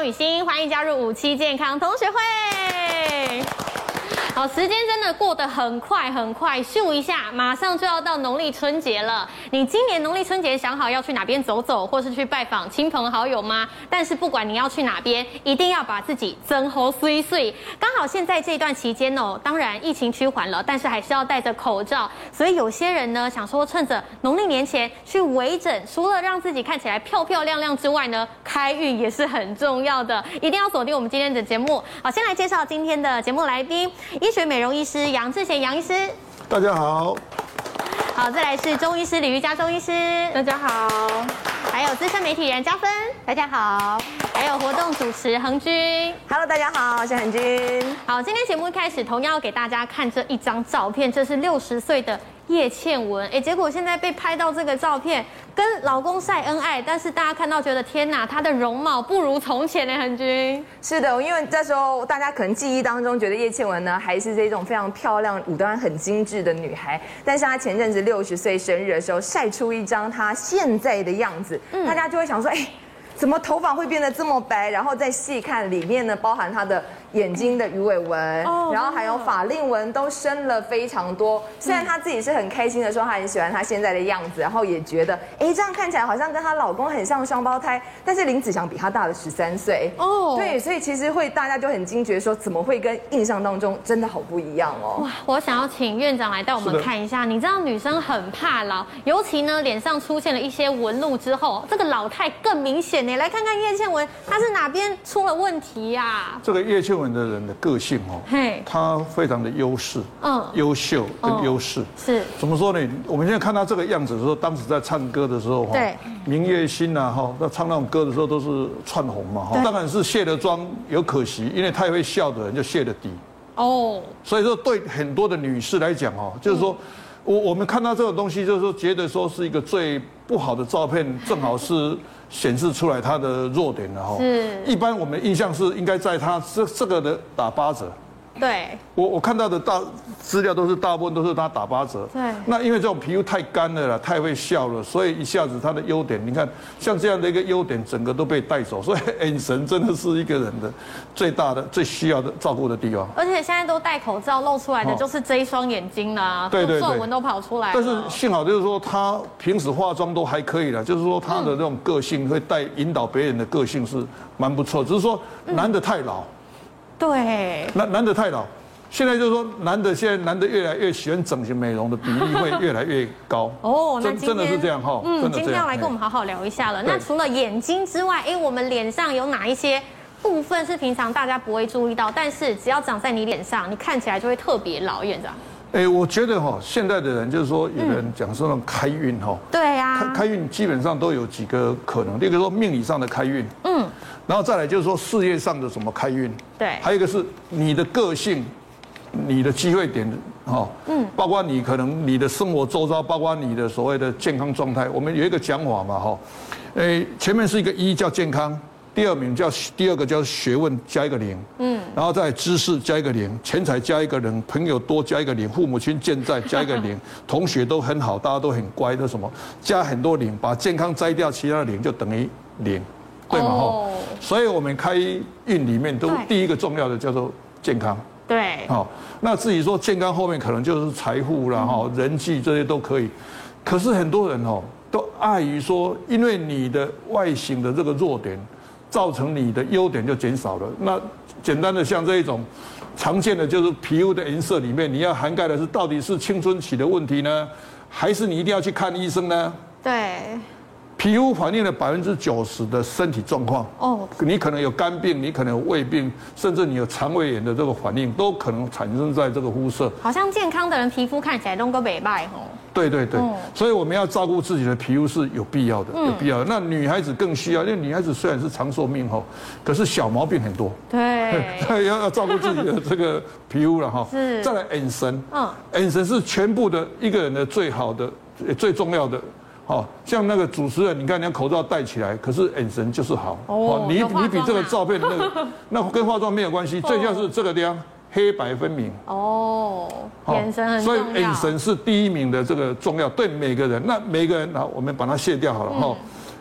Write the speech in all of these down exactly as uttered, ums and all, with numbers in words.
雨欣，欢迎加入五期健康同学会。好，时间真的过得很快很快，咻一下，马上就要到农历春节了。你今年农历春节想好要去哪边走走，或是去拜访亲朋好友吗？但是不管你要去哪边，一定要把自己增喉碎碎。刚好现在这段期间哦，当然疫情趋缓了，但是还是要戴着口罩。所以有些人呢，想说趁着农历年前去微整，除了让自己看起来漂漂亮亮之外呢，开运也是很重要的，一定要锁定我们今天的节目。好，先来介绍今天的节目来宾。医学美容医师杨志贤杨医师， 大家好。 好，再来是中医师李玉佳中医师， 大家好。 还有资深媒体人嘉芬， 大家好。 还有活动主持恒君 ，Hello， 大家好，我是恒君。 好，今天节目一开始同样要给大家看这一张照片，这是六十岁的叶倩文，哎，结果现在被拍到这个照片，跟老公晒恩爱，但是大家看到觉得天哪，她的容貌不如从前呢，恒君。 是的，因为这时候大家可能记忆当中觉得叶倩文呢还是这种非常漂亮、五官很精致的女孩，但是她前阵子六十岁生日的时候晒出一张她现在的样子，嗯、大家就会想说，哎，怎么头发会变得这么白？然后再细看里面呢，包含她的眼睛的鱼尾纹，哦、然后还有法令纹都深了非常多。虽然她自己是很开心的说，她很喜欢她现在的样子，然后也觉得，哎，这样看起来好像跟她老公很像双胞胎。但是林子祥比她大了十三岁，哦，对，所以其实会大家就很惊觉说，怎么会跟印象当中真的好不一样哦？ 哇，我想要请院长来带我们看一下。你知道女生很怕老，尤其呢脸上出现了一些纹路之后，这个老态更明显呢。来看看叶倩文，她是哪边出了问题呀、啊？ 这个叶倩文的人的个性哦，嘿，她非常的优势，嗯，优秀跟优势、哦、是怎么说呢？我们现在看她这个样子的时候，当时在唱歌的时候，对，明月心啊，哈，那唱那种歌的时候都是窜红嘛，哈，当然是卸了妆有可惜，因为太会笑的人就卸了底，哦，所以说对很多的女士来讲哦，就是说。嗯我我们看到这个东西，就是说觉得说是一个最不好的照片，正好是显示出来他的弱点了哈。是。一般我们印象是应该在他这这个的打八折。对。我我看到的大资料都是大部分都是他打八折。对。那因为这种皮肤太干了啦，太会笑了，所以一下子他的优点，你看像这样的一个优点，整个都被带走，所以眼神真的是一个人的最大的、最需要的照顾的地方。 而且现在都戴口罩，露出来的就是这一双眼睛啦，对对对，皱纹都跑出来了。 但是幸好就是说他平时化妆都还可以了，就是说他的这种个性会带引导别人的个性是蛮不错，只是说男的太老。对。男男的太老。现在就是说，男的现在男的越来越喜欢整形美容的比例会越来越高哦，那真的是这样哈， 嗯，今天要来跟我们好好聊一下了。那除了眼睛之外，哎，我们脸上有哪一些部分是平常大家不会注意到，但是只要长在你脸上，你看起来就会特别老，院长？ 哎，我觉得哈，现在的人就是说，有人讲说那种开运哈， 对呀， 开开运基本上都有几个可能，例如说命理上的开运，嗯，然后再来就是说事业上的什么开运，对，还有一个是你的个性。你的机会点，哈，嗯，包括你可能你的生活周遭，包括你的所谓的健康状态，我们有一个讲法嘛，哈，诶，前面是一个一叫健康，第二名叫第二个叫学问加一个零，嗯，然后再知识加一个零，钱财加一个零，朋友多加一个零，父母亲健在加一个零，同学都很好，大家都很乖的什么，加很多零，把健康摘掉，其他的零就等于零，对吗？哈，所以我们开运里面都第一个重要的叫做健康。对，好，那至于说健康后面可能就是财富啦，哈，人际这些都可以。可是很多人哦，都碍于说，因为你的外形的这个弱点，造成你的优点就减少了。那简单的像这一种常见的就是皮肤的颜色里面，你要涵盖的是到底是青春期的问题呢，还是你一定要去看医生呢？对。皮肤反映了百分之九十的身体状况哦，你可能有肝病，你可能有胃病，甚至你有肠胃炎的这个反应，都可能产生在这个肤色。 好像健康的人皮肤看起来都个美败吼。 对对对，哦、所以我们要照顾自己的皮肤是有必要的，嗯、有必要的。那女孩子更需要，因为女孩子虽然是长寿命吼，可是小毛病很多。对，要要照顾自己的这个皮肤了哈。是。再来眼神，嗯，眼神是全部的一个人的最好的、最重要的。好像那个主持人，你看人家口罩戴起来，可是眼神就是好。哦，你你比这个照片那个，那跟化妆没有关系，最重要是这个地方黑白分明。哦， 眼神很重要。 所以眼神是第一名的这个重要，对每个人。那每个人，好，我们把它卸掉好了哈。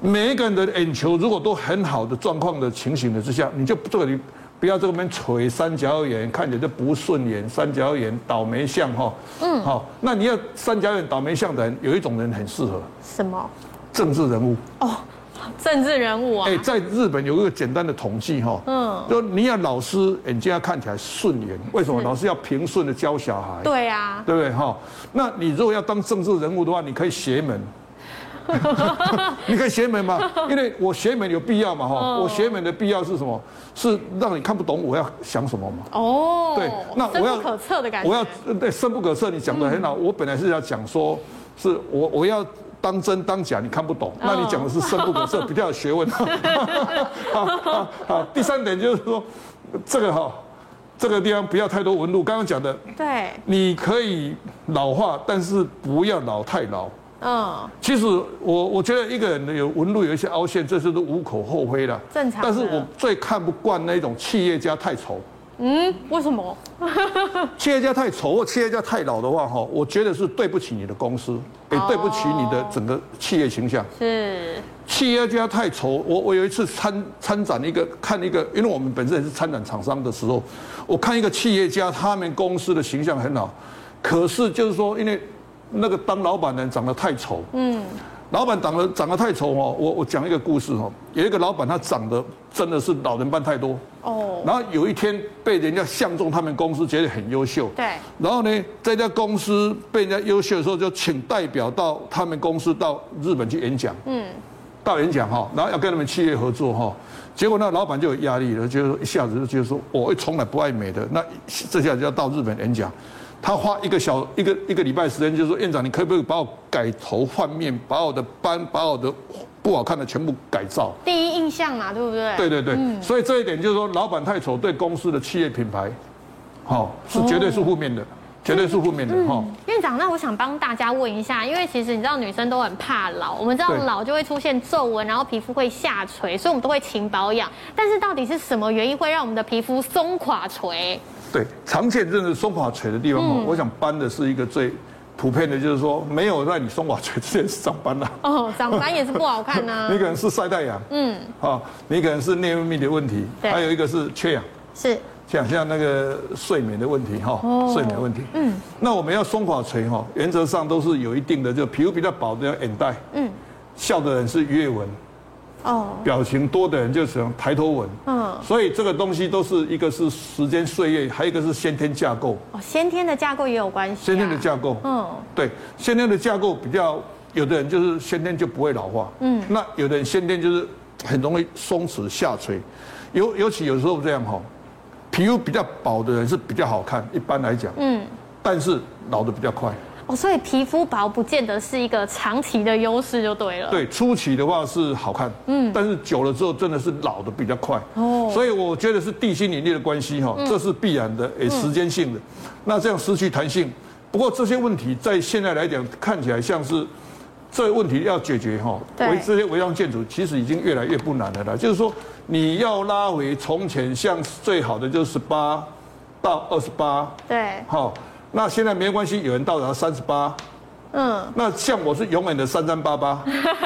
每一个人的眼球如果都很好的状况的情形的之下，你就这个你不要这边垂三角眼，看起来就不顺眼，三角眼倒霉相哈。嗯，好，那你要三角眼倒霉相的人，有一种人很适合。 什么？ 政治人物。哦。 政治人物啊！哎， 在日本有一个简单的统计哈，嗯，就你要老师眼睛要看起来顺眼，为什么？老师要平顺的教小孩。 对啊， 对不对哈？那你如果要当政治人物的话，你可以邪门，你可以邪门吗？因为我邪门有必要嘛哈？我邪门的必要是什么？是让你看不懂我要想什么嘛？哦，对， 那我要深不可测的感觉。 我要对深不可测，你讲得很好。我本来是要讲说，是我我要。当真当假你看不懂，那你讲的是深不可测，比较有学问。好好好，第三点就是说，这个哈，这个地方不要太多纹路。刚刚讲的， 对， 你可以老化，但是不要老太老。嗯，其实我我觉得一个人有纹路有一些凹陷，这是都无可厚非的， 正常。 但是我最看不惯那种企业家太丑。 嗯，为什么？ 企业家太丑或企业家太老的话，哈，我觉得是对不起你的公司，也对不起你的整个企业形象。 是。 企业家太丑，我我有一次参参展一个看一个，因为我们本身也是参展厂商的时候，我看一个企业家，他们公司的形象很好，可是就是说，因为那个当老板的人长得太丑，嗯。老板长得长得太丑哦，我我讲一个故事哦，有一个老板他长得真的是老人斑太多哦，然后有一天被人家相中他们公司，觉得很优秀， 对， 然后呢，在家公司被人家优秀的时候，就请代表到他们公司到日本去演讲，嗯，到演讲哈，然后要跟他们企业合作哈，结果那老板就有压力了，就是一下子就觉得说，我从来不爱美的，那这下子要到日本演讲。他花一个小一个一个礼拜时间，就说院长，你可不可以把我改头换面，把我的斑，把我的不好看的全部改造？ 第一印象嘛，对不对？ 对对对，嗯、所以这一点就是说，老板太丑对公司的企业品牌，好、哦、是绝对是负面的。哦绝对是负面的哈、嗯。 院长，那我想帮大家问一下，因为其实你知道女生都很怕老，我们知道老就会出现皱纹，然后皮肤会下垂，所以我们都会勤保养。但是到底是什么原因会让我们的皮肤松垮垂？ 对，常见真的松垮垂的地方哈，嗯、我想斑的是一个最普遍的，就是说没有让你松垮垂之前是长斑啦。 哦，长斑也是不好看呐、啊。 你可能是晒太阳，嗯，啊，你可能是内分泌的问题，还有一个是缺氧， 是。 像像那个睡眠的问题哈，哦、睡眠问题，嗯，那我们要松垮垂哈，原则上都是有一定的，就皮肤比较薄的要眼袋，嗯，笑的人是鱼尾纹，哦，表情多的人就是抬头纹，嗯，所以这个东西都是一个是时间岁月，还有一个是先天架构， 哦，先天的架构也有关系、啊， 先天的架构，嗯，对，先天的架构比较，有的人就是先天就不会老化，嗯，那有的人先天就是很容易松弛下垂，尤尤其有时候这样哈。皮肤比较薄的人是比较好看，一般来讲，嗯，但是老的比较快。 哦，所以皮肤薄不见得是一个长期的优势，就对了。 对，初期的话是好看，嗯，但是久了之后真的是老的比较快。哦，所以我觉得是地心引力的关系哈，这是必然的，也时间性的。那这样失去弹性，不过这些问题在现在来讲看起来像是。这个问题要解决哈，为这些违章建筑其实已经越来越不难了啦。就是说，你要拉回从前，像最好的就是十八到二十八， 对， 好，那现在没关系，有人到达三十八，嗯，那像我是永远的三三八八，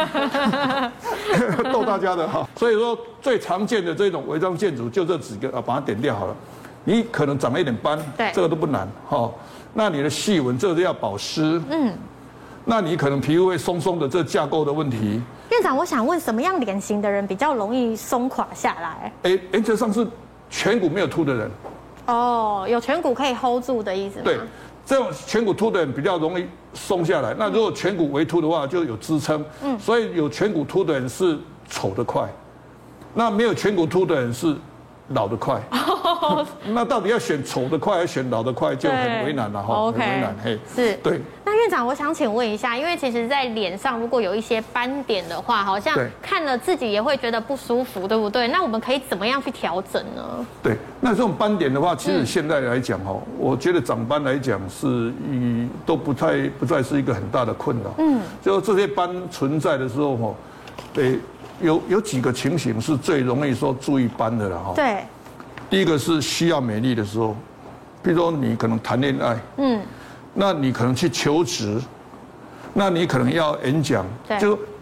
逗大家的哈。所以说，最常见的这种违章建筑就这几个啊，把它点掉好了。你可能长了一点斑， 对， 这个都不难哈。那你的细纹，这个要保湿，嗯。那你可能皮肤会松松的，这架构的问题。 院长，我想问，什么样脸型的人比较容易松垮下来？ 哎，原则上是颧骨没有凸的人。 哦，有颧骨可以 hold 住的意思吗？ 对，这种颧骨凸的人比较容易松下来。那如果颧骨微凸的话，就有支撑。嗯，所以有颧骨凸的人是丑得快，那没有颧骨凸的人是老得快。那到底要选丑的快还是选老的快，就很为难了哈，很为难。嘿， 是， 对。 那院长，我想请问一下，因为其实，在脸上如果有一些斑点的话，好像看了自己也会觉得不舒服，对不对？那我们可以怎么样去调整呢？ 对，那这种斑点的话，其实现在来讲哈，嗯、我觉得长斑来讲是以都不太不再是一个很大的困扰。嗯，就这些斑存在的时候哈，对，有有几个情形是最容易说注意斑的了哈。 对。 第一个是需要美丽的时候，比如说你可能谈恋爱，嗯，那你可能去求职，那你可能要演讲，就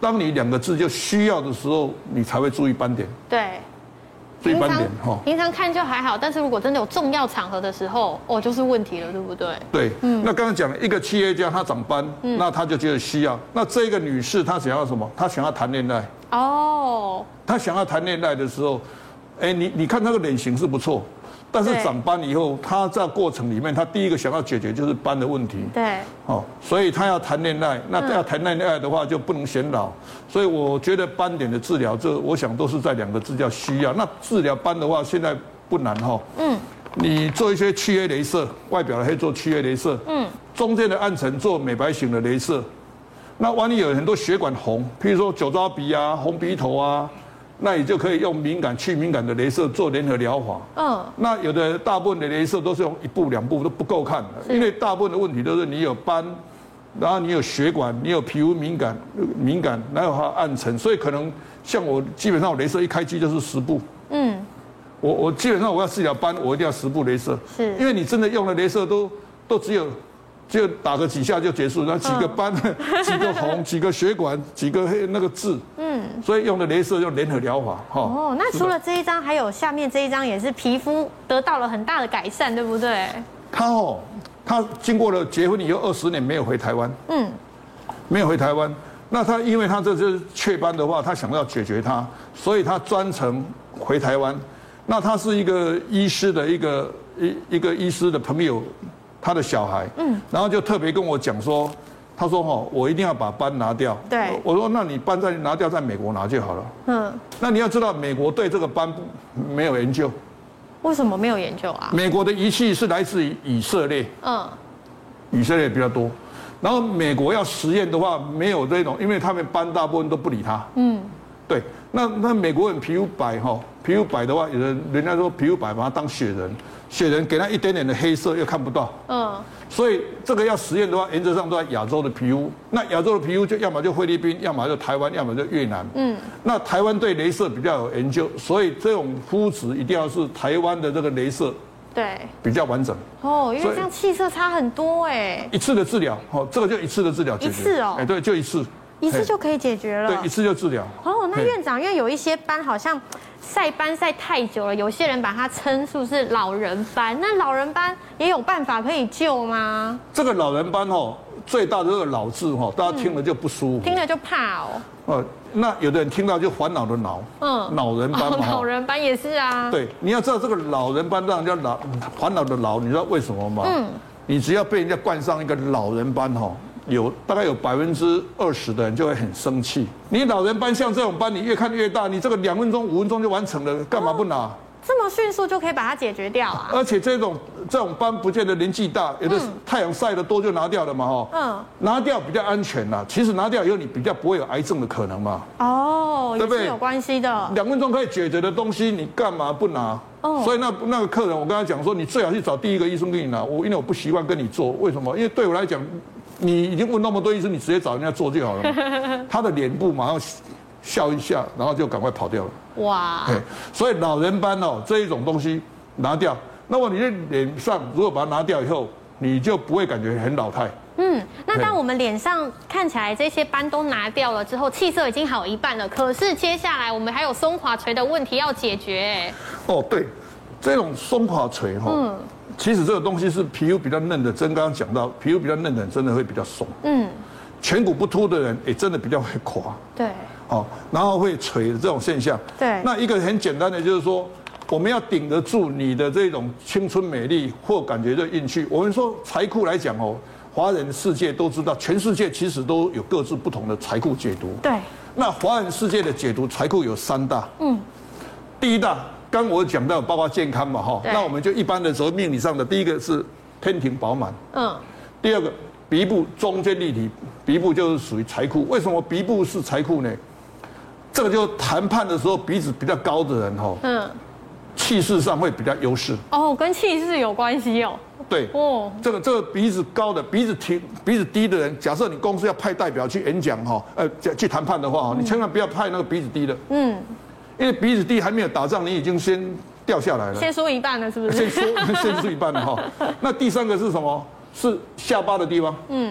当你两个字就需要的时候，你才会注意斑点。 对。 最斑点哈， 平常看就还好，但是如果真的有重要场合的时候，哦，就是问题了，对不对？ 对，嗯，那刚刚讲了一个企业家他长斑，嗯，那他就觉得需要。那这个女士她想要什么？她想要谈恋爱。哦，她想要谈恋爱的时候，哎，你你看那个脸型是不错。但是长斑以后，他在过程里面，他第一个想要解决就是斑的问题。 对。 哦，所以他要谈恋爱，那要谈恋爱的话就不能显老。所以我觉得斑点的治疗，这我想都是在两个字叫需要。那治疗斑的话，现在不难哈。嗯。你做一些去黑雷射，外表的可以做去黑雷射。嗯。中间的暗沉做美白型的雷射。那万一有很多血管红，譬如说酒糟鼻啊、红鼻头啊。那你就可以用敏感去敏感的雷射做联合疗法。嗯，那有的大部分的雷射都是用一步两步都不够看的，因为大部分的问题都是你有斑，然后你有血管，你有皮肤敏感敏感，然后还有暗沉，所以可能像我基本上我雷射一开机就是十步。嗯，我我基本上我要治疗斑，我一定要十步雷射，是因为你真的用的雷射都都只有。就打个几下就结束，那几个斑、嗯、几个红、几个血管、几个黑那个痣，嗯，所以用的雷射用联合疗法，哈。 哦，那除了这一张，还有下面这一张也是皮肤得到了很大的改善，对不对？ 他哦，他经过了结婚以后二十年没有回台湾，嗯，没有回台湾。那他因为他这是雀斑的话，他想要解决它，所以他专程回台湾。那他是一个医师的一个一一个医师的朋友。他的小孩，嗯，然后就特别跟我讲说，他说哈，我一定要把斑拿掉。 对， 我说那你斑再拿掉，在美国拿就好了。嗯，那你要知道，美国对这个斑没有研究。 为什么没有研究啊？ 美国的仪器是来自于以色列，嗯，以色列比较多。然后美国要实验的话，没有这种，因为他们斑大部分都不理他。嗯，对，那那美国人皮肤白哈，皮肤白的话，有人人家说皮肤白把它当雪人。雪人给他一点点的黑色又看不到，嗯，所以这个要实验的话，原则上都在亚洲的皮肤。那亚洲的皮肤就要么就菲律宾，要么就台湾，要么就越南。嗯，那台湾对雷射比较有研究，所以这种肤质一定要是台湾的这个雷射， 对， 比较完整。 哦，因为这样气色差很多哎。 一次的治疗，哦，这个就一次的治疗解决。 一次哦， 哎，对，就一次。 一次就可以解决了。 对，一次就治疗。 哦，那院长，因为有一些斑好像晒斑晒太久了，有些人把它称作是老人斑。那老人斑也有办法可以救吗？ 这个老人斑哦，最大的这个老字哦，大家听了就不舒服， 听了就怕哦。 哦，那有的人听到就烦恼的恼，嗯，老人斑嘛。 老人斑也是啊。 对，你要知道这个老人斑让人家老烦恼的恼，你知道为什么吗？嗯，你只要被人家冠上一个老人斑哈。有大概有百分之二十的人就会很生气。你老人斑像这种斑，你越看越大，你这个两分钟、五分钟就完成了，干嘛不拿？ 这么迅速就可以把它解决掉啊！ 而且这种这种斑不见得年纪大，有的太阳晒得多就拿掉了嘛，哈。嗯。拿掉比较安全啦。其实拿掉以后你比较不会有癌症的可能嘛。 哦，对不对？有关系的。 两分钟可以解决的东西，你干嘛不拿？哦。所以那那个客人，我跟他讲说，你最好去找第一个医生给你拿。我因为我不习惯跟你做，为什么？因为对我来讲。你已经问那么多医生，你直接找人家做就好了。他的脸部马上笑一下，然后就赶快跑掉了。哇！所以老人斑哦这一种东西拿掉，那么你的脸上如果把它拿掉以后，你就不会感觉很老态。 嗯，那当我们脸上看起来这些斑都拿掉了之后，气色已经好一半了，可是接下来我们还有松垮垂的问题要解决。 哦，对，这种松垮垂哈。嗯。其实这个东西是皮肤比较嫩的，真刚刚讲到，皮肤比较嫩的人真的会比较松。嗯，颧骨不凸的人，也真的比较会垮。 对。 哦，然后会垂的这种现象。 对。 那一个很简单的就是说，我们要顶得住你的这种青春美丽或感觉的运气。我们说财库来讲哦，华人世界都知道，全世界其实都有各自不同的财库解读。 对。 那华人世界的解读财库有三大。嗯。第一大。刚我讲到包括健康嘛哈，那我们就一般的时候命理上的第一个是天庭饱满，嗯，第二个鼻部中间立体，鼻部就是属于财库。为什么鼻部是财库呢？这个就谈判的时候鼻子比较高的人哈，嗯，气势上会比较优势。 哦，跟气势有关系哦。 对，哦，这个这个鼻子高的鼻子低鼻子低的人，假设你公司要派代表去演讲哈，呃，去谈判的话，你千万不要派那个鼻子低的，嗯。因为鼻子低还没有打仗，你已经先掉下来了， 先输一半了，是不是？ 先输先输一半了哈。那第三个是什么？是下巴的地方。嗯，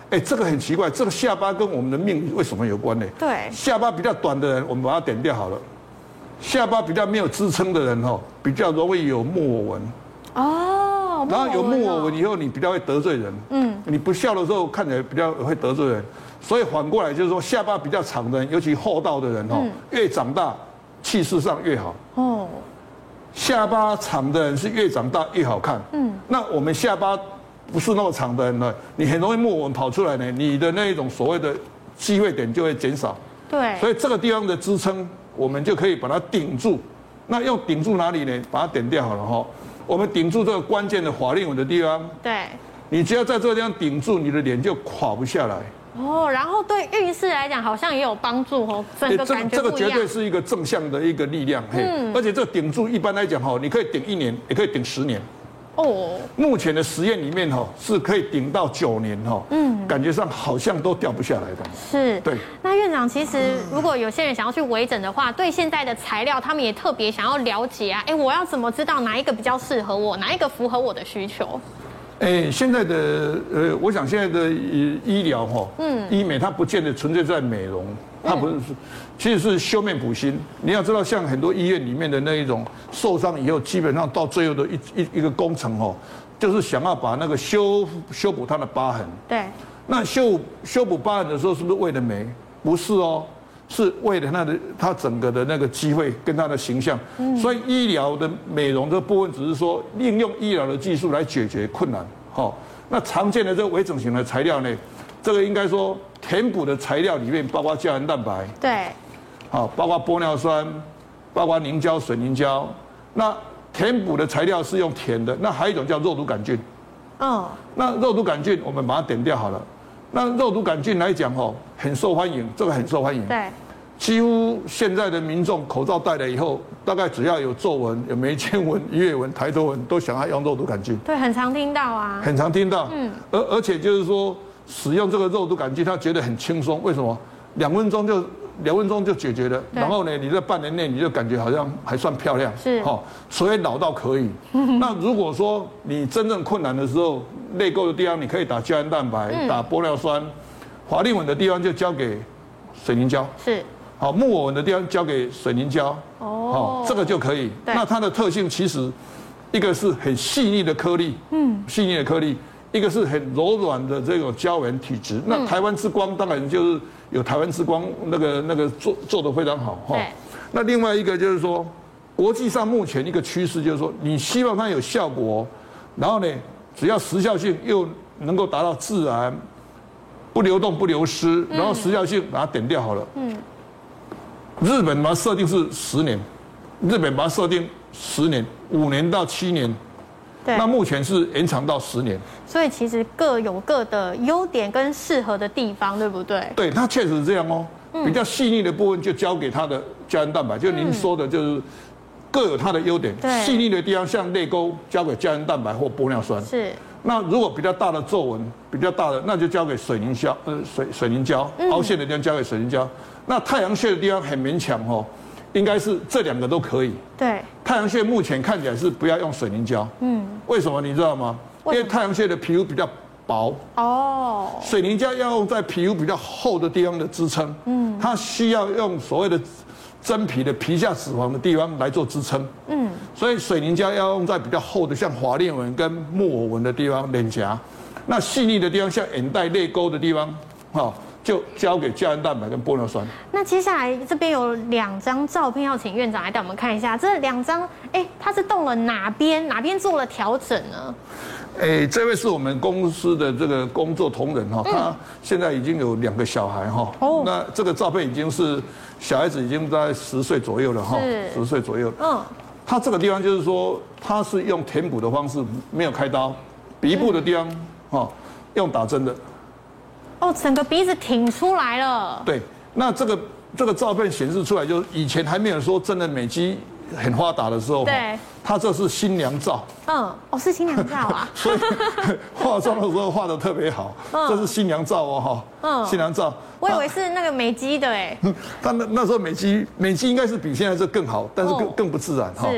哎，这个很奇怪，这个下巴跟我们的命为什么有关呢？ 对， 下巴比较短的人，我们把它点掉好了。下巴比较没有支撑的人哈，比较容易有木偶纹。哦，然后有木偶纹以后，你比较会得罪人。嗯，你不笑的时候看起来比较会得罪人，所以反过来就是说，下巴比较长的人，尤其厚道的人哈，越长大气势上越好。哦，下巴长的人是越长大越好看。嗯，那我们下巴不是那么长的人呢，你很容易木偶纹跑出来呢，你的那一种所谓的机会点就会减少。 对， 所以这个地方的支撑。我们就可以把它顶住，那用顶住哪里呢？把它点掉好了哈。我们顶住这个关键的法令纹的地方。 对。 你只要在这个地方顶住，你的脸就垮不下来。 哦，然后对运势来讲，好像也有帮助哦，整个感觉这个绝对是一个正向的一个力量。嗯。而且这个顶住，一般来讲哈，你可以顶一年，也可以顶十年。哦，目前的实验里面哈是可以顶到九年哈，嗯，感觉上好像都掉不下来的。 是， 对。 那院长，其实如果有些人想要去微整的话，对现在的材料，他们也特别想要了解啊。哎，我要怎么知道哪一个比较适合我，哪一个符合我的需求？ 哎，现在的呃，我想现在的医疗哈，嗯，医美它不见得纯粹在美容。它不是，其实是修面补心。你要知道，像很多医院里面的那一种受伤以后，基本上到最后的一一一个工程哦，就是想要把那个修修补它的疤痕。 对。 那修修补疤痕的时候，是不是为了美？不是哦，是为了它的它整个的那个机会跟它的形象。嗯。所以医疗的美容这部分，只是说利用医疗的技术来解决困难。好，那常见的这个微整形的材料呢？这个应该说填补的材料里面包括胶原蛋白， 对， 好，包括玻尿酸，包括凝胶、水凝胶。那填补的材料是用甜的，那还有一种叫肉毒杆菌。哦，那肉毒杆菌我们把它点掉好了。那肉毒杆菌来讲哦，很受欢迎，这个很受欢迎。 对， 几乎现在的民众口罩戴了以后，大概只要有皱纹、有眉间纹、鱼尾纹、抬头纹，都想要用肉毒杆菌。 对，很常听到啊。 很常听到。嗯，而而且就是说。使用这个肉毒杆菌，他觉得很轻松。为什么？两分钟就两分钟就解决了。然后呢，你在半年内你就感觉好像还算漂亮。 是。 好，所以老到可以。那如果说你真正困难的时候，泪沟的地方你可以打胶原蛋白、嗯、打玻尿酸，法令纹的地方就交给水凝胶。 是。 好，木偶纹的地方交给水凝胶。哦。好，这个就可以。那它的特性其实，一个是很细腻的颗粒。嗯。细腻的颗粒。一个是很柔软的这种胶原体质，那台湾之光当然就是有台湾之光那个那个做做得非常好哈。那另外一个就是说，国际上目前一个趋势就是说，你希望它有效果，然后呢，只要时效性又能够达到自然，不流动不流失，然后时效性把它点掉好了。嗯。日本把它设定是十年，日本把它设定十年，五年到七年。那目前是延长到十年， 所以其实各有各的优点跟适合的地方，对不对？ 对，它确实是这样哦。比较细腻的部分就交给它的胶原蛋白，就您说的，就是各有它的优点。细腻的地方像泪沟，交给胶原蛋白或玻尿酸。 是。 那如果比较大的皱纹，比较大的，那就交给水凝胶，呃，水水凝胶。凹陷的地方交给水凝胶。那太阳穴的地方很勉强哦。应该是这两个都可以。 对， 太阳穴目前看起来是不要用水凝胶。嗯，为什么你知道吗？因为太阳穴的皮肤比较薄。哦。水凝胶要用在皮肤比较厚的地方的支撑。嗯。它需要用所谓的真皮的皮下脂肪的地方来做支撑。嗯。所以水凝胶要用在比较厚的，像法令纹跟木偶纹的地方，脸颊。那细腻的地方，像眼袋、泪沟的地方，哈。就交给胶原蛋白跟玻尿酸。 那接下来这边有两张照片，要请院长来带我们看一下。这两张，哎，它是动了哪边？哪边做了调整呢？ 哎，这位是我们公司的这个工作同仁哈，他现在已经有两个小孩哈。哦。那这个照片已经是小孩子已经在十岁左右了哈，十岁左右。嗯。他这个地方就是说，他是用填补的方式，没有开刀，鼻部的地方哈，用打针的。 哦，整个鼻子挺出来了。 对，那这个这个照片显示出来，就是以前还没有说真的美肌很发达的时候， 对， 它这是新娘照。 嗯，哦，是新娘照啊。 所以化妆的时候画得特别好，嗯、这是新娘照哦，哈。嗯，新娘照。 我以为是那个美肌的哎。 但那那时候美肌美肌应该是比现在这更好，但是更、哦、更不自然哈。是。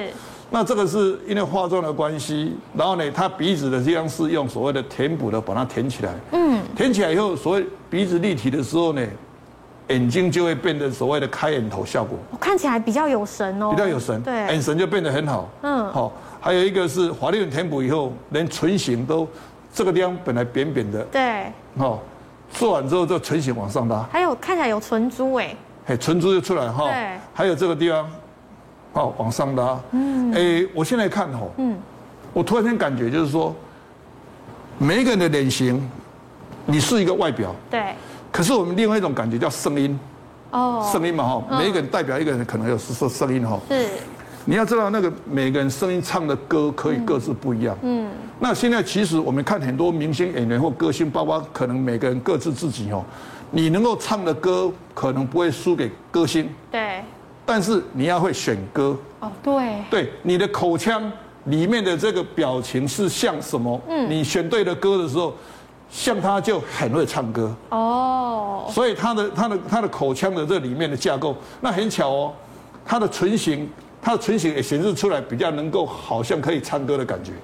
那这个是因为化妆的关系，然后呢，他鼻子的地方是用所谓的填补的把它填起来。嗯，填起来以后，所谓鼻子立体的时候呢，眼睛就会变得所谓的开眼头效果。 看起来比较有神哦。 比较有神，对，眼神就变得很好。嗯，好，还有一个是法令纹填补以后，连唇形都这个地方本来扁扁的， 对， 好，做完之后就唇形往上拉。 还有看起来有唇珠哎。 哎，唇珠就出来哈。对。还有这个地方，好往上拉。嗯。哎，我现在看哈，嗯，我突然间感觉就是说，每一个人的脸型，你是一个外表。 对。 可是我们另外一种感觉叫声音。哦。声音嘛哈，每一个人代表一个人可能有是声音哈。是。你要知道那个每个人声音唱的歌可以各自不一样。嗯。那现在其实我们看很多明星演员或歌星，包括可能每个人各自自己哦。你能够唱的歌可能不会输给歌星， 对， 但是你要会选歌。 哦，对， 对，你的口腔里面的这个表情是像什么？嗯，你选对的歌的时候，像他就很会唱歌。哦，所以他的他的他的口腔的这里面的架构，那很巧哦，他的唇形，他的唇形也显示出来比较能够好像可以唱歌的感觉。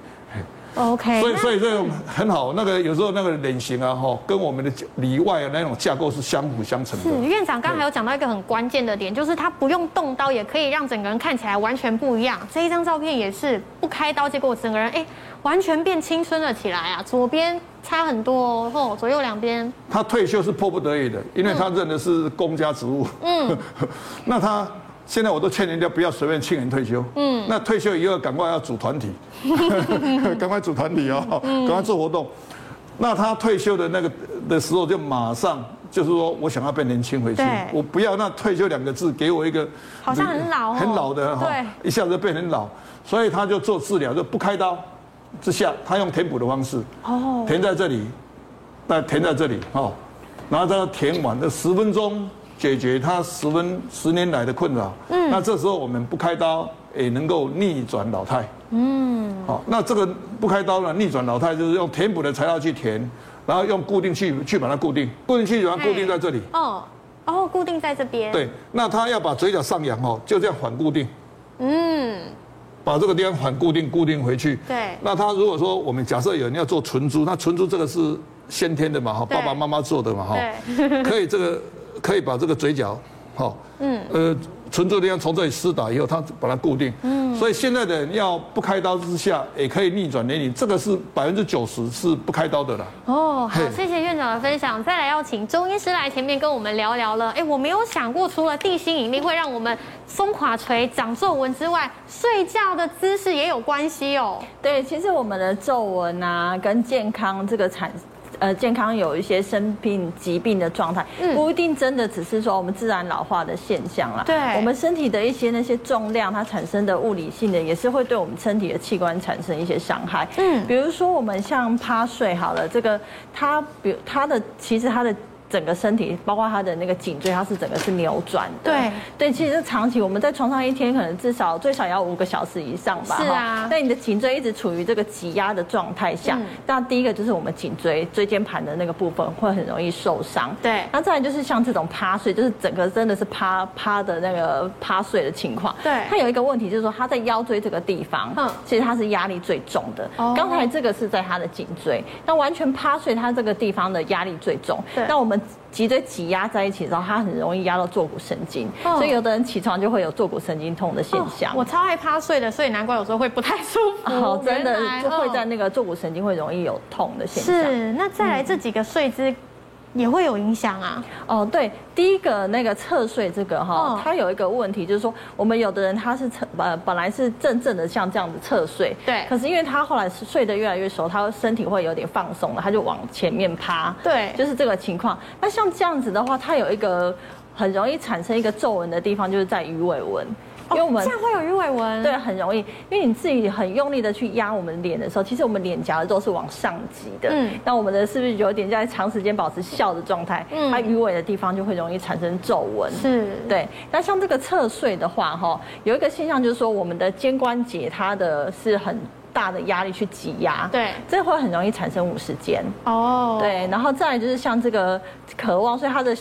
OK， 所以所以这种很好，那个有时候那个脸型啊，哈，跟我们的里外的那种架构是相辅相成的。 是院长刚才有讲到一个很关键的点，就是他不用动刀也可以让整个人看起来完全不一样。这一张照片也是不开刀，结果整个人哎完全变青春了起来啊！左边差很多哦，左右两边。 他退休是迫不得已的，因为他认的是公家职务。嗯，那他。现在我都劝人家不要随便轻言退休。嗯，那退休以后赶快要组团体，赶快组团体哦，赶快做活动。那他退休的那个的时候，就马上就是说我想要变年轻回去，我不要那退休两个字给我一个好像很老很老的哈，一下子变很老，所以他就做治疗，就不开刀之下，他用填补的方式，哦，填在这里，那填在这里哦，然后再填完这十分钟。解决他十分十年来的困扰，嗯，那这时候我们不开刀也能够逆转老态，嗯，好，那这个不开刀呢，逆转老态就是用填补的材料去填，然后用固定器去把它固定，固定器把它固定在这里， 哦，哦，固定在这边， 对，那他要把嘴角上扬哦，就这样反固定，嗯，把这个地方反固定固定回去， 对， 那他如果说我们假设有人要做唇珠，那唇珠这个是先天的嘛，哈，爸爸妈妈做的嘛，哈，可以这个。可以把这个嘴角，好，嗯，呃，唇珠地方从这里施打以后，它把它固定，嗯，所以现在的人要不开刀之下，也可以逆转年龄，这个是百分之九十是不开刀的啦。 哦，好，谢谢院长的分享。再来要请周医师来前面跟我们聊聊了。哎，我没有想过，除了地心引力会让我们松垮垂、长皱纹之外，睡觉的姿势也有关系哦。 对，其实我们的皱纹啊，跟健康这个产。呃，健康有一些生病疾病的状态，不一定真的只是说我们自然老化的现象啦。 对， 我们身体的一些那些重量，它产生的物理性的，也是会对我们身体的器官产生一些伤害。嗯，比如说我们像趴睡好了，这个它，比如它的其实它的。整个身体，包括他的那个颈椎，它是整个是扭转的。 对对，其实长期我们在床上一天可能至少最少要五个小时以上吧。 是啊。 那你的颈椎一直处于这个挤压的状态下，嗯、那第一个就是我们颈椎椎间盘的那个部分会很容易受伤。 对。 那再来就是像这种趴睡，就是整个真的是趴趴的那个趴睡的情况。 对。 它有一个问题就是说，它在腰椎这个地方，嗯，其实它是压力最重的。哦。刚才这个是在它的颈椎，那完全趴睡，它这个地方的压力最重。 对。 那我们。脊椎挤压在一起之后，它很容易压到坐骨神经，哦、所以有的人起床就会有坐骨神经痛的现象。 哦、我超爱趴睡的，所以难怪有时候会不太舒服。 哦，真的就会在那个坐骨神经会容易有痛的现象。 是，那再来这几个睡姿。嗯也会有影响啊。 哦，对，第一个那个侧睡这个哈，哦、它有一个问题，就是说我们有的人他是侧呃本来是正正的像这样子侧睡， 对， 可是因为他后来是睡得越来越熟，他身体会有点放松了，他就往前面趴， 对， 就是这个情况。那像这样子的话，它有一个很容易产生一个皱纹的地方，就是在鱼尾纹。 因为我们这样会有鱼尾纹， 对，很容易。因为你自己很用力的去压我们脸的时候，其实我们脸颊的肉是往上挤的，嗯，那我们的是不是有点在长时间保持笑的状态？嗯，它鱼尾的地方就会容易产生皱纹。 是， 对。那像这个侧睡的话，哈，有一个现象就是说，我们的肩关节它的是很大的压力去挤压， 对， 这会很容易产生五十肩。 哦， 对，然后再来就是像这个渴望，所以它的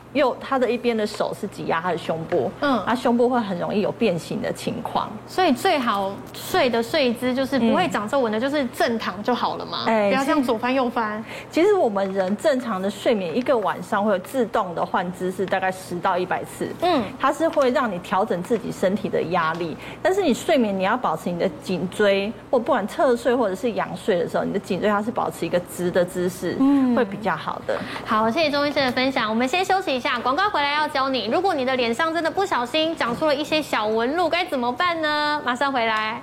右他的一边的手是挤压他的胸部，嗯，他胸部会很容易有变形的情况， 所以最好睡的睡姿就是不会长皱纹的，就是正躺就好了嘛，哎，不要这样左翻右翻。 其实我们人正常的睡眠一个晚上会有自动的换姿势，大概十到一百次，嗯，它是会让你调整自己身体的压力，但是你睡眠你要保持你的颈椎，或不管侧睡或者是仰睡的时候，你的颈椎它是保持一个直的姿势，嗯，会比较好的。 好，谢谢钟医师的分享，我们先休息一下。广告回来要教你，如果你的脸上真的不小心长出了一些小纹路，该怎么办呢？马上回来。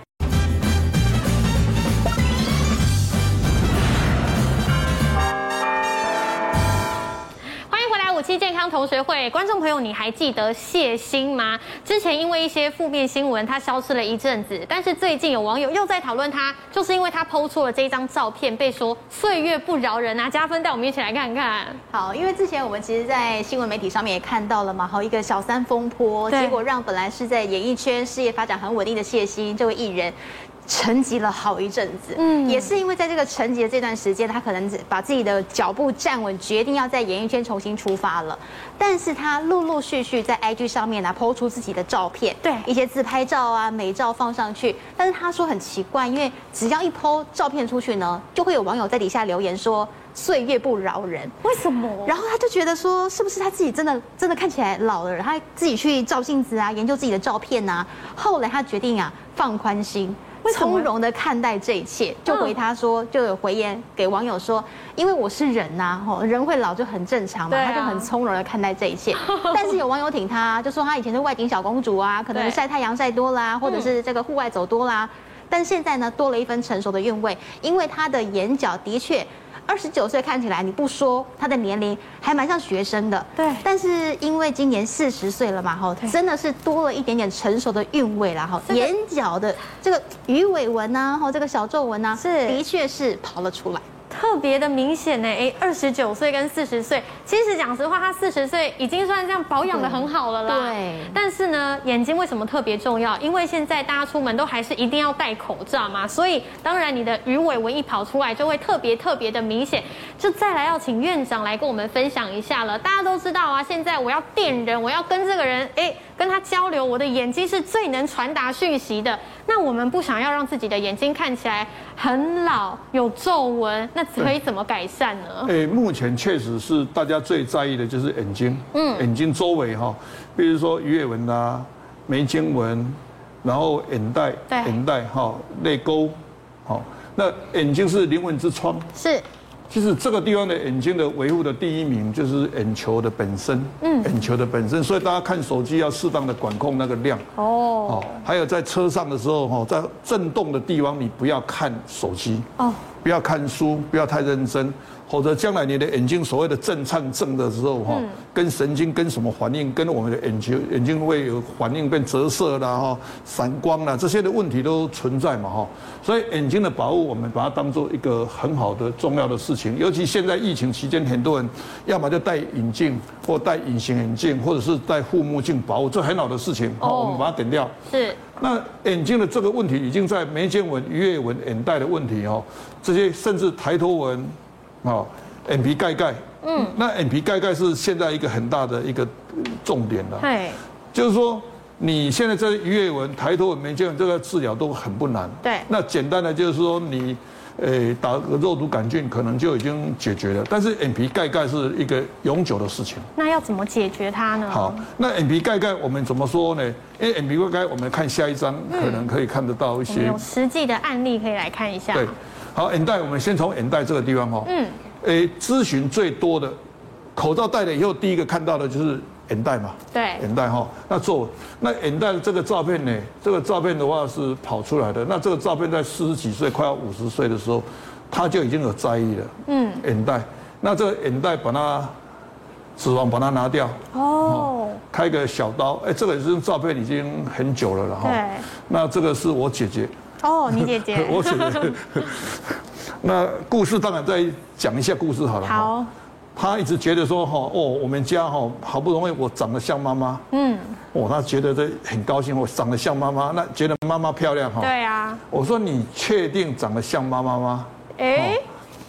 五期健康同学会，观众朋友，你还记得谢欣吗？之前因为一些负面新闻，他消失了一阵子，但是最近有网友又在讨论他，就是因为他抛出了这一张照片，被说岁月不饶人啊。加分，带我们一起来看看。 好，因为之前我们其实，在新闻媒体上面也看到了嘛，好一个小三风波，结果让本来是在演艺圈事业发展很稳定的谢欣这位艺人。沉寂了好一阵子，嗯，也是因为在这个沉寂的这段时间，他可能把自己的脚步站稳，决定要在演艺圈重新出发了。但是他陆陆续续在 I G 上面呢，po 出自己的照片，对，一些自拍照啊、美照放上去。但是他说很奇怪，因为只要一 po 照片出去呢，就会有网友在底下留言说岁月不饶人， 为什么？ 然后他就觉得说，是不是他自己真的真的看起来老了？他自己去照镜子啊，研究自己的照片啊。后来他决定啊，放宽心。从容的看待这一切，就回他说，就有回言给网友说，因为我是人呐，吼，人会老就很正常嘛，他就很从容的看待这一切。但是有网友挺他，就说他以前是外景小公主啊，可能晒太阳晒多啦，或者是这个户外走多啦，但现在呢多了一分成熟的韵味，因为他的眼角的确。二十九岁看起来，你不说他的年龄还蛮像学生的，对。但是因为今年四十岁了嘛，哈，真的是多了一点点成熟的韵味啦，哈。眼角的这个鱼尾纹呐，哈，这个小皱纹呐，是的确是跑了出来。 特别的明显呢，哎，二十九岁跟四十岁，其实讲实话，他四十岁已经算这样保养的很好了啦。对。但是呢，眼睛为什么特别重要？因为现在大家出门都还是一定要戴口罩嘛，所以当然你的鱼尾纹一跑出来，就会特别特别的明显。就再来要请院长来跟我们分享一下了。大家都知道啊，现在我要电人，我要跟这个人，哎，跟他交流，我的眼睛是最能传达讯息的。那我们不想要让自己的眼睛看起来很老、有皱纹，那可以怎么改善呢？ 诶，目前确实是大家最在意的就是眼睛，嗯，眼睛周围哈，比如说鱼尾纹啦、眉间纹，然后眼袋、眼袋哈、泪沟，好，那眼睛是灵魂之窗， 是。 其实这个地方的眼睛的维护的第一名就是眼球的本身，嗯，眼球的本身，所以大家看手机要适当的管控那个量，哦，哦，还有在车上的时候哈，在震动的地方你不要看手机，哦，不要看书，不要太认真。否则将来你的眼睛所谓的震颤症的时候，哈，跟神经跟什么反应，跟我们的眼球眼睛会有反应变折射啦，哈，散光啦，这些的问题都存在嘛，哈。所以眼睛的保护，我们把它当做一个很好的重要的事情。尤其现在疫情期间，很多人要么就戴眼镜，或戴隐形眼镜，或者是戴护目镜保护，这很好的事情。好，我们把它点掉。 是。 那眼睛的这个问题，已经在眉间纹、鱼尾纹、眼袋的问题，哦，这些甚至抬头纹。哦，眼皮盖盖，嗯，那眼皮盖盖是现在一个很大的一个重点了。对，就是说你现在这鱼尾纹、抬头纹、眉间纹这个治疗都很不难。对，那简单的就是说你，呃，打个肉毒杆菌可能就已经解决了。但是眼皮盖盖是一个永久的事情。 那要怎么解决它呢？ 好，那眼皮盖盖我们怎么说呢？因为眼皮盖盖，我们看下一张可能可以看得到一些有实际的案例可以来看一下。 对。好，眼袋，我们先从眼袋这个地方哈。嗯。诶，咨询最多的，口罩戴了以后，第一个看到的就是眼袋嘛。对。眼袋哈，那做那眼袋这个照片呢？这个照片的话是跑出来的。那这个照片在四十几岁，快要五十岁的时候，他就已经有在意了。嗯。眼袋，那这个眼袋把它脂肪把它拿掉。哦。开个小刀，哎，这个是照片已经很久了了哈。对。那这个是我姐姐。 哦，你姐姐， 我姐姐。那故事当然再讲一下故事好了。好。她一直觉得说哈，哦，我们家哈好不容易我长得像妈妈，嗯，哦，她觉得这很高兴，我长得像妈妈，那觉得妈妈漂亮哈。 对啊。 我说你确定长得像妈妈吗？哎。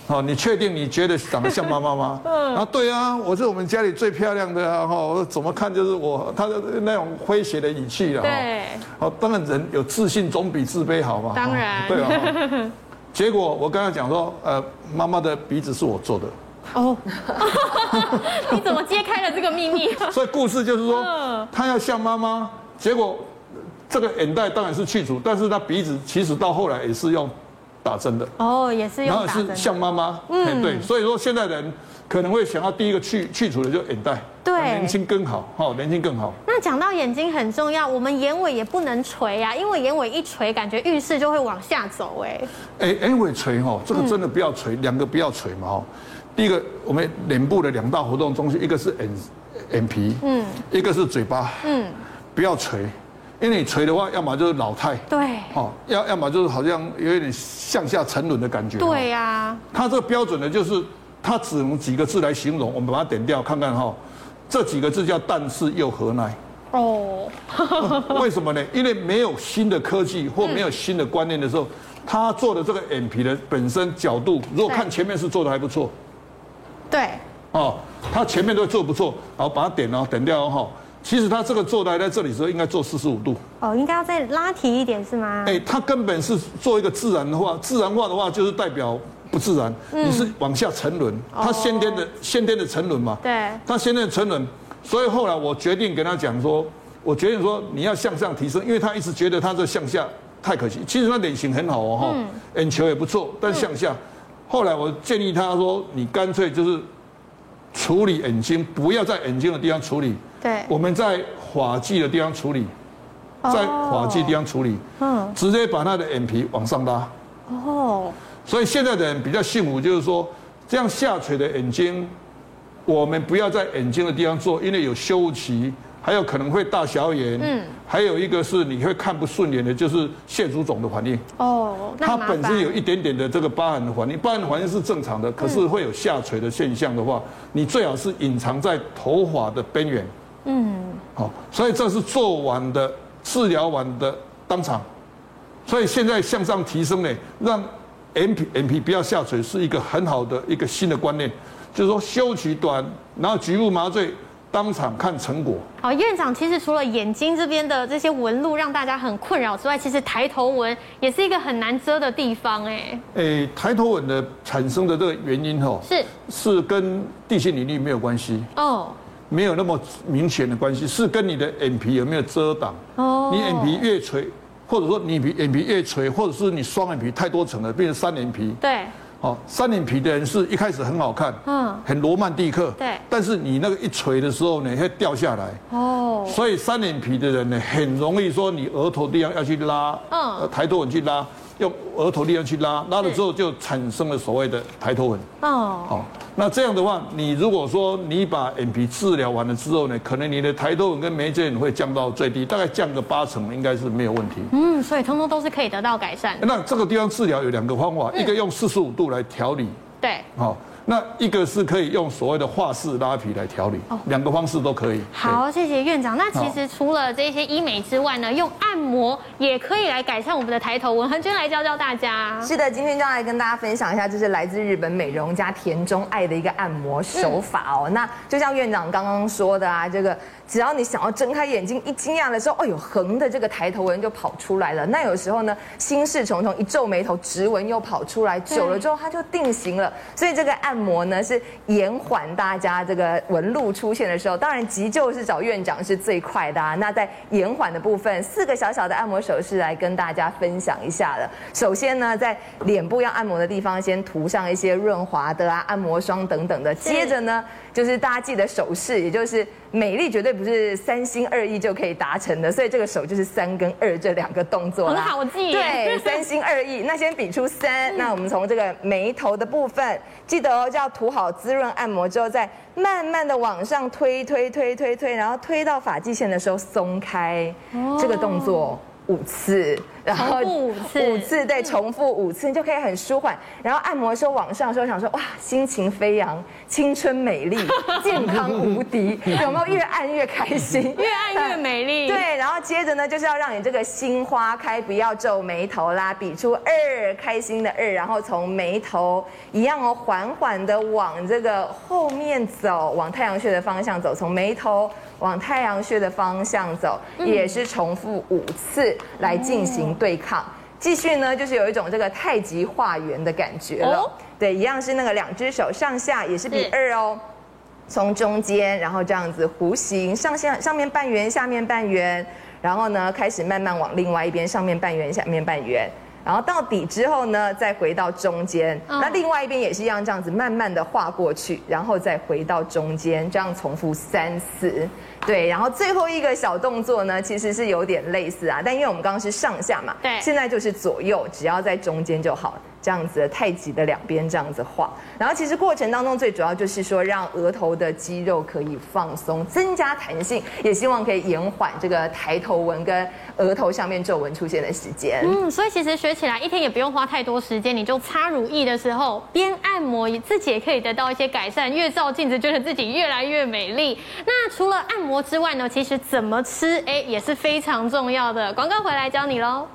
哦，你确定你觉得长得像妈妈吗？嗯，啊，对啊，我是我们家里最漂亮的啊，哈，我怎么看就是我，他的那种诙谐的语气了。 对， 哦，当然人有自信总比自卑好嘛。 当然， 对啊。结果我刚才讲说，呃，妈妈的鼻子是我做的。 哦，你怎么揭开了这个秘密？ 所以故事就是说，他要像妈妈，结果这个眼袋当然是去除，但是他鼻子其实到后来也是用。打针的哦，也是用打针的， 然后是像妈妈，嗯，对，所以说现在人可能会想要第一个去去除的就眼袋， 对， 年轻更好，哈，年轻更好。 那讲到眼睛很重要，我们眼尾也不能垂啊，因为眼尾一垂，感觉运势就会往下走，哎， 哎，眼尾垂哈，这个真的不要垂，两个不要垂嘛，哈。第一个，我们脸部的两大活动中心，一个是眼眼皮，嗯，一个是嘴巴，嗯，不要垂。因为你垂的话，要么就是老态， 对， 哦，要要么就是好像有一点向下沉沦的感觉， 对呀、啊。 它这个标准呢，就是它只能几个字来形容，我们把它点掉看看哈，这几个字叫但是又何奈？哦，为什么呢？因为没有新的科技或没有新的观念的时候，他做的这个眼皮的本身角度，如果看前面是做的还不错， 对， 哦，他前面都做不错，然后把它点哦，点掉哈。其实他这个做来在这里的时候应该做四十五度哦，应该要再拉提一点是吗？ 哎，他根本是做一个自然的话，自然化的话就是代表不自然，嗯、你是往下沉沦，他先天的先天的沉沦嘛， 对，他先天的沉沦，所以后来我决定跟他讲说，我决定说你要向上提升，因为他一直觉得他这向下太可惜，其实他脸型很好哦哈，嗯、眼球也不错，但向下，嗯、后来我建议他说，你干脆就是处理眼睛，不要在眼睛的地方处理。 对， 我们在发际的地方处理，在发际地方处理，嗯，直接把他的眼皮往上拉。哦，所以现在的人比较幸福，就是说这样下垂的眼睛，我们不要在眼睛的地方做，因为有修期，还有可能会大小眼，嗯，还有一个是你会看不顺眼的，就是腺足肿的反应。哦，它本身有一点点的这个疤痕的反应，疤痕的反应是正常的，可是会有下垂的现象的话，你最好是隐藏在头发的边缘。嗯，好，所以这是做完的治疗完的当场，所以现在向上提升呢，让眼皮眼皮不要下垂，是一个很好的一个新的观念，就是说休息短，然后局部麻醉，当场看成果。好， 院长，其实除了眼睛这边的这些纹路让大家很困扰之外，其实抬头纹也是一个很难遮的地方，哎。 哎，抬头纹的产生的这个原因哈， 是是跟地心引力没有关系哦。没有那么明显的关系，是跟你的眼皮有没有遮挡。哦，你眼皮越垂，或者说你皮眼皮越垂，或者是你双眼皮太多层了，变成三眼皮。 对。 哦，三眼皮的人是一开始很好看，嗯，很罗曼蒂克。 对。 但是你那个一垂的时候呢，会掉下来。哦。所以三眼皮的人呢，很容易说你额头地方要去拉，嗯，抬头纹去拉，用额头力量去拉，拉了之后就产生了所谓的抬头纹。哦。好。那这样的话，你如果说你把眼皮治疗完了之后呢，可能你的抬头纹跟眉间纹会降到最低，大概降个八成，应该是没有问题。 嗯，所以通通都是可以得到改善。 那这个地方治疗有两个方法，嗯、一个用四十五度来调理。 对。 好。那一个是可以用所谓的画式拉皮来调理，两个方式都可以。 好，谢谢院长。那其实除了这些医美之外呢，用按摩也可以来改善我们的抬头纹。恒娟来教教大家。 是的，今天就要来跟大家分享一下，这是来自日本美容家田中爱的一个按摩手法哦。嗯、那就像院长刚刚说的啊，这个只要你想要睁开眼睛一惊讶的时候，哦，有横的这个抬头纹就跑出来了。那有时候呢，心事重重，一皱眉头，直纹又跑出来，久了之后它就定型了。所以这个按按摩呢是延缓大家这个纹路出现的时候，当然急救是找院长是最快的啊。那在延缓的部分，四个小小的按摩手势来跟大家分享一下了。首先呢，在脸部要按摩的地方，先涂上一些润滑的啊、按摩霜等等的。接着呢，就是大家记得手势，也就是美丽绝对不是三心二意就可以达成的，所以这个手就是三跟二这两个动作啦。 很好记。 对，三心二意。那先比出三，那我们从这个眉头的部分，记得哦，就要涂好滋润按摩之后，再慢慢的往上推推推推推，然后推到发际线的时候松开，这个动作五次。 然后五次， 五次对，重复五次，你就可以很舒缓。然后按摩的时候往上的时候，想说哇，心情飞扬，青春美丽，健康无敌，有没有？越按越开心， 越按越美丽。 对，然后接着呢，就是要让你这个心花开，不要皱眉头啦，比出二，开心的二，然后从眉头一样哦，缓缓的往这个后面走，往太阳穴的方向走，从眉头往太阳穴的方向走，也是重复五次来进行对抗。继续呢，就是有一种这个太极化圆的感觉了。哦、对，一样是那个两只手上下也是比二哦，从中间，然后这样子弧形，上下上面半圆，下面半圆，然后呢开始慢慢往另外一边，上面半圆，下面半圆。然后到底之后呢，再回到中间，嗯、那另外一边也是一样，这样子慢慢的画过去，然后再回到中间，这样重复三次。对，然后最后一个小动作呢，其实是有点类似啊，但因为我们刚刚是上下嘛， 对， 现在就是左右，只要在中间就好了。这样子的太极的两边这样子画，然后其实过程当中最主要就是说让额头的肌肉可以放松，增加弹性，也希望可以延缓这个抬头纹跟额头上面皱纹出现的时间。 嗯，所以其实学起来一天也不用花太多时间，你就擦乳液的时候边按摩，自己也可以得到一些改善，越照镜子觉得自己越来越美丽。那除了按摩之外呢，其实怎么吃，哎，也是非常重要的。广告回来教你喽。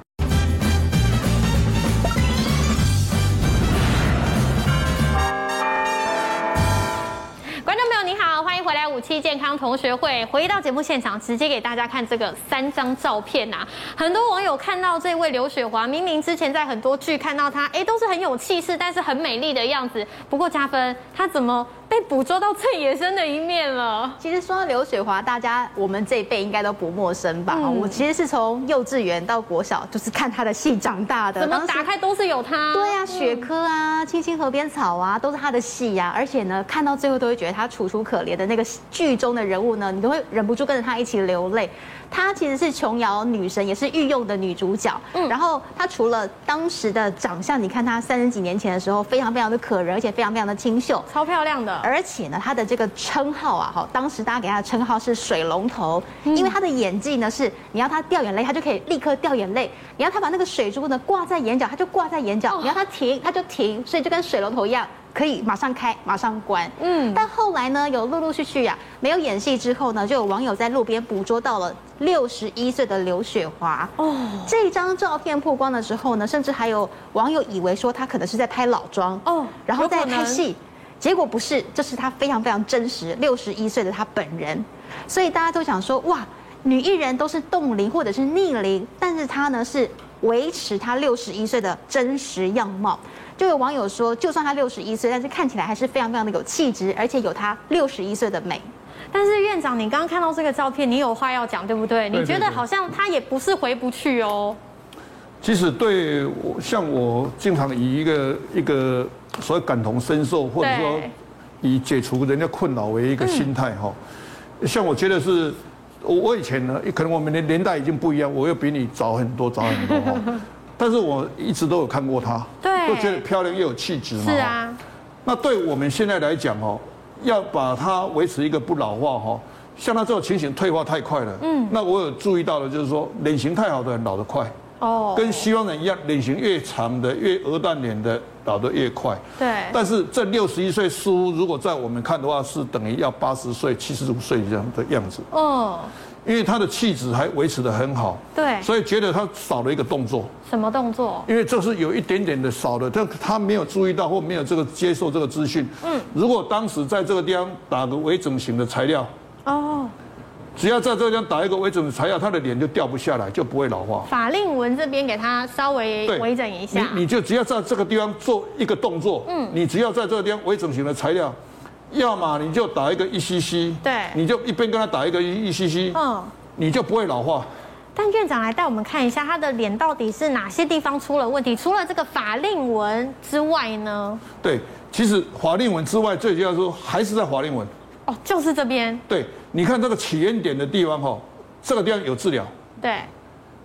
观众朋友你好，欢迎回来五期健康同学会。回到节目现场，直接给大家看这个三张照片啊。很多网友看到这位刘雪华，明明之前在很多剧看到她，哎，都是很有气势，但是很美丽的样子。不过加分，她怎么被捕捉到最野生的一面了？ 其实说到刘雪华，大家我们这一辈应该都不陌生吧？嗯、我其实是从幼稚园到国小，就是看她的戏长大的。 怎么打开都是有她。 对啊，雪珂啊，青青河边草啊，都是她的戏呀、啊。而且呢，看到最后都会觉得她楚楚可怜的那个剧中的人物呢，你都会忍不住跟着她一起流泪。她其实是琼瑶女神，也是御用的女主角。嗯，然后她除了当时的长相，你看她三十几年前的时候，非常非常的可人，而且非常非常的清秀， 超漂亮的。 而且呢，她的这个称号啊，哈，当时大家给她的称号是水龙头，嗯、因为她的演技呢是，你要她掉眼泪，她就可以立刻掉眼泪；你要她把那个水珠呢挂在眼角，她就挂在眼角；哦、你要她停，她就停，所以就跟水龙头一样。可以马上开，马上关。嗯，但后来呢，有陆陆续续呀、啊，没有演戏之后呢，就有网友在路边捕捉到了六十一岁的刘雪华。哦，这张照片曝光的时候呢，甚至还有网友以为说他可能是在拍老妆哦，然后再拍戏，结果不是，这是他非常非常真实，六十一岁的他本人。所以大家都想说，哇，女艺人都是冻龄或者是逆龄，但是她呢是维持她六十一岁的真实样貌。就有网友说，就算她六十一岁，但是看起来还是非常非常的有气质，而且有她六十一岁的美。 但是院长，你刚刚看到这个照片，你有话要讲，对不对？你觉得好像她也不是回不去哦。 其实对我，像我经常以一个一个所谓感同身受，或者说以解除人家困扰为一个心态哈。嗯、像我觉得是，我以前呢，可能我们的年代已经不一样，我又比你早很多，早很多哈。但是我一直都有看过她， 对， 都觉得漂亮又有气质嘛。 是啊。 那对我们现在来讲哦，要把它维持一个不老化哈，像她这种情形退化太快了。嗯。那我有注意到的就是说，脸型太好的人老得快。哦。跟西方人一样，脸型越长的、越鹅蛋脸的老得越快。 对。 但是这六十一岁似乎如果在我们看的话，是等于要八十岁、七十五岁这样的样子。哦。因为他的气质还维持得很好， 对， 所以觉得他少了一个动作。 什么动作？ 因为这是有一点点的少的，但他没有注意到或没有这个接受这个资讯。嗯，如果当时在这个地方打个微整形的材料，哦，只要在这个地方打一个微整的材料，他的脸就掉不下来，就不会老化。 法令纹这边给他稍微微整一下， 你你就只要在这个地方做一个动作，嗯，你只要在这个地方微整形的材料。要么你就打一个一 C C， 对， 你就一边跟他打一个一 C C， 嗯，你就不会老化。 但院长来带我们看一下他的脸到底是哪些地方出了问题？除了这个法令纹之外呢？ 对，其实法令纹之外，最主要说还是在法令纹。 哦，就是这边。 对，你看这个起源点的地方哈，这个地方有治疗。 对。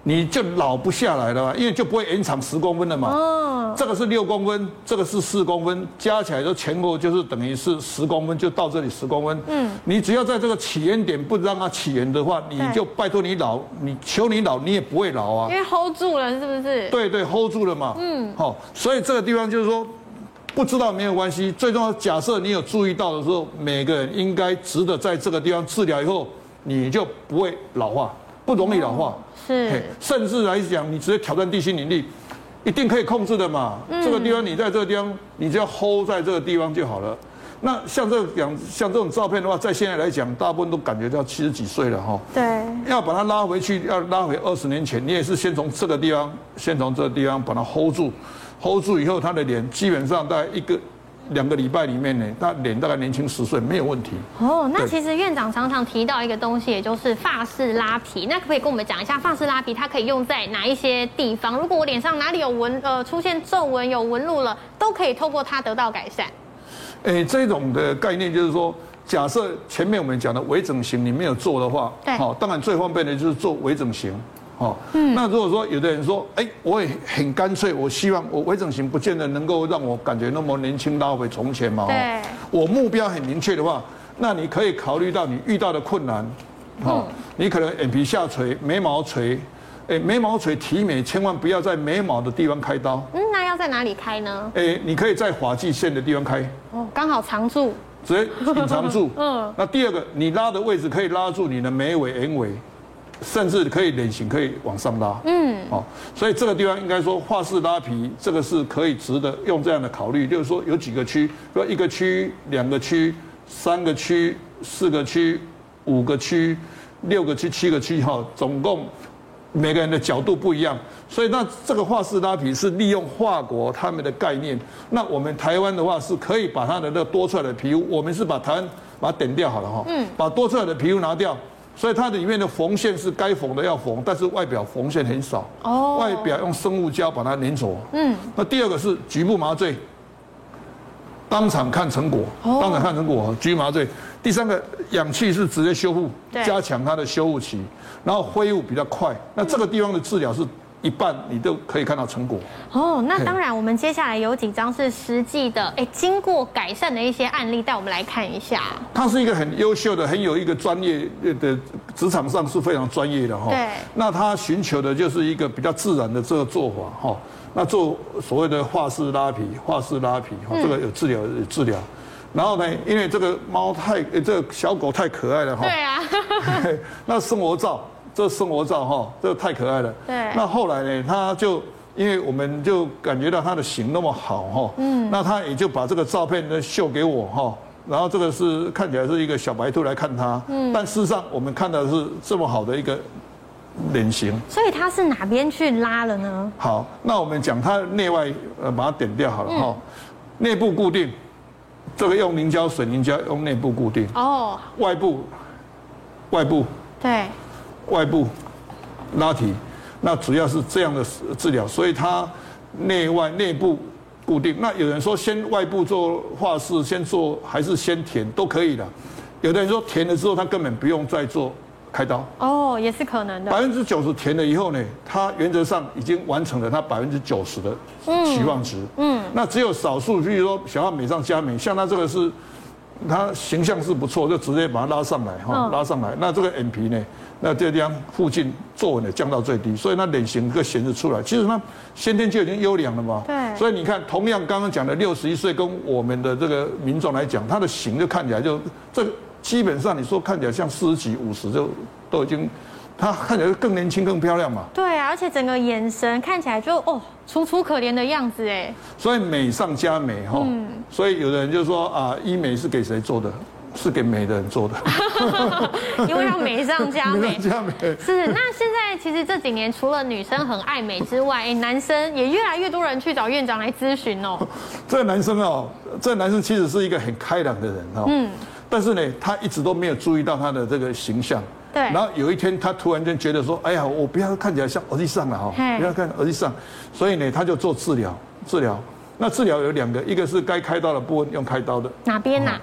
你就老不下来了嘛，因为就不会延长十公分了嘛。哦，这个是六公分，这个是四公分，加起来就前后就是等于是十公分，就到这里十公分。嗯，你只要在这个起源点不让它起源的话，你就拜托你老，你求你老，你也不会老啊。 因为 hold 住了，是不是？ 对对 ，hold 住了嘛。嗯，好，所以这个地方就是说。不知道没有关系，最重要，假设你有注意到的时候，每个人应该值得在这个地方治疗以后，你就不会老化，不容易老化。 是， 甚至来讲，你直接挑战地心引力，一定可以控制的嘛。嗯、这个地方你在这个地方，你只要 hold 在这个地方就好了。那像这样像这种照片的话，在现在来讲，大部分都感觉到七十几岁了哈。 对。要把它拉回去，要拉回二十年前，你也是先从这个地方，先从这个地方把它 hold 住。hold 住以后，他的脸基本上在一个两个礼拜里面呢，他脸大概年轻十岁，没有问题。 哦，那其实院长常常提到一个东西，也就是发式拉皮。那可不可以跟我们讲一下发式拉皮，它可以用在哪一些地方？如果我脸上哪里有纹，呃，出现皱纹、有纹路了，都可以透过它得到改善。 诶，这种的概念就是说，假设前面我们讲的微整形你没有做的话， 对， 好，当然最方便的就是做微整形。哦，嗯，那如果说有的人说，哎，我也很干脆，我希望我微整形不见得能够让我感觉那么年轻拉回从前嘛， 对， 我目标很明确的话，那你可以考虑到你遇到的困难，哦，你可能眼皮下垂、眉毛垂，哎，眉毛垂提眉，千万不要在眉毛的地方开刀， 嗯，那要在哪里开呢？ 哎，你可以在发际线的地方开， 哦，刚好藏住， 直接隐藏住，嗯，那第二个，你拉的位置可以拉住你的眉尾、眼尾。甚至可以脸型可以往上拉，嗯，好，所以这个地方应该说发式拉皮，这个是可以值得用这样的考虑，就是说有几个区，比如一个区、两个区、三个区、四个区、五个区、六个区、七个区，哈，总共每个人的角度不一样，所以那这个发式拉皮是利用法国他们的概念，那我们台湾的话是可以把它的那个多出来的皮肤，我们是把台湾把它点掉好了哈，嗯，把多出来的皮肤拿掉。所以它的里面的缝线是该缝的要缝，但是外表缝线很少。哦，外表用生物胶把它粘着。嗯，那第二个是局部麻醉，当场看成果，当场看成果，局部麻醉。第三个氧气是直接修复，加强它的修复期，然后恢复比较快。那这个地方的治疗是一半你都可以看到成果。 哦，那当然，我们接下来有几张是实际的，哎，经过改善的一些案例，带我们来看一下。 他是一个很优秀的、很有一个专业的职场上是非常专业的哈。 对。 那他寻求的就是一个比较自然的这个做法哈。那做所谓的发式拉皮，发式拉皮，这个有治疗有治疗。然后呢，因为这个猫太，这个小狗太可爱了哈。 对啊。 那生活照。这生活照哈，这个太可爱了。 对。 那后来呢，他就因为我们就感觉到他的型那么好哈，嗯，那他也就把这个照片呢秀给我哈，然后这个是看起来是一个小白兔来看他，嗯，但事实上我们看到的是这么好的一个脸型。 所以他是哪边去拉了呢？ 好，那我们讲他内外呃把它点掉好了哈，内部固定，这个用凝胶水凝胶用内部固定。哦。外部，外部。 对。 外部拉提，那主要是这样的治疗，所以它内外内部固定。那有人说先外部做发式，先做还是先填都可以的。有的人说填了之后，他根本不用再做开刀。 哦，也是可能的。 百分之九十填了以后呢，他原则上已经完成了他百分之九十的期望值。嗯。那只有少数，比如说想要美上加美，像他这个是，他形象是不错，就直接把它拉上来哈，拉上来。那这个眼皮呢？那这个地方附近皱纹也降到最低，所以它脸型可显示出来。其实它先天就已经优良了嘛。 对。 所以你看，同样刚刚讲的六十一岁，跟我们的这个民众来讲，他的型就看起来就这基本上你说看起来像四十几、五十就都已经，他看起来更年轻、更漂亮嘛。 对啊，而且整个眼神看起来就哦楚楚可怜的样子哎。 所以美上加美哈。嗯。所以有的人就说啊，医美是给谁做的？是给美的人做的， 因为要美上加美。 美上加美是。那现在其实这几年，除了女生很爱美之外，哎，男生也越来越多人去找院长来咨询哦。 这个男生哦，这个男生其实是一个很开朗的人哦。嗯。但是呢，他一直都没有注意到他的这个形象。 对。 然后有一天，他突然间觉得说：“哎呀，我不要看起来像儿子上了哈，不要看儿子上。”所以呢，他就做治疗，治疗。那治疗有两个，一个是该开刀的部分用开刀的。 哪边呐？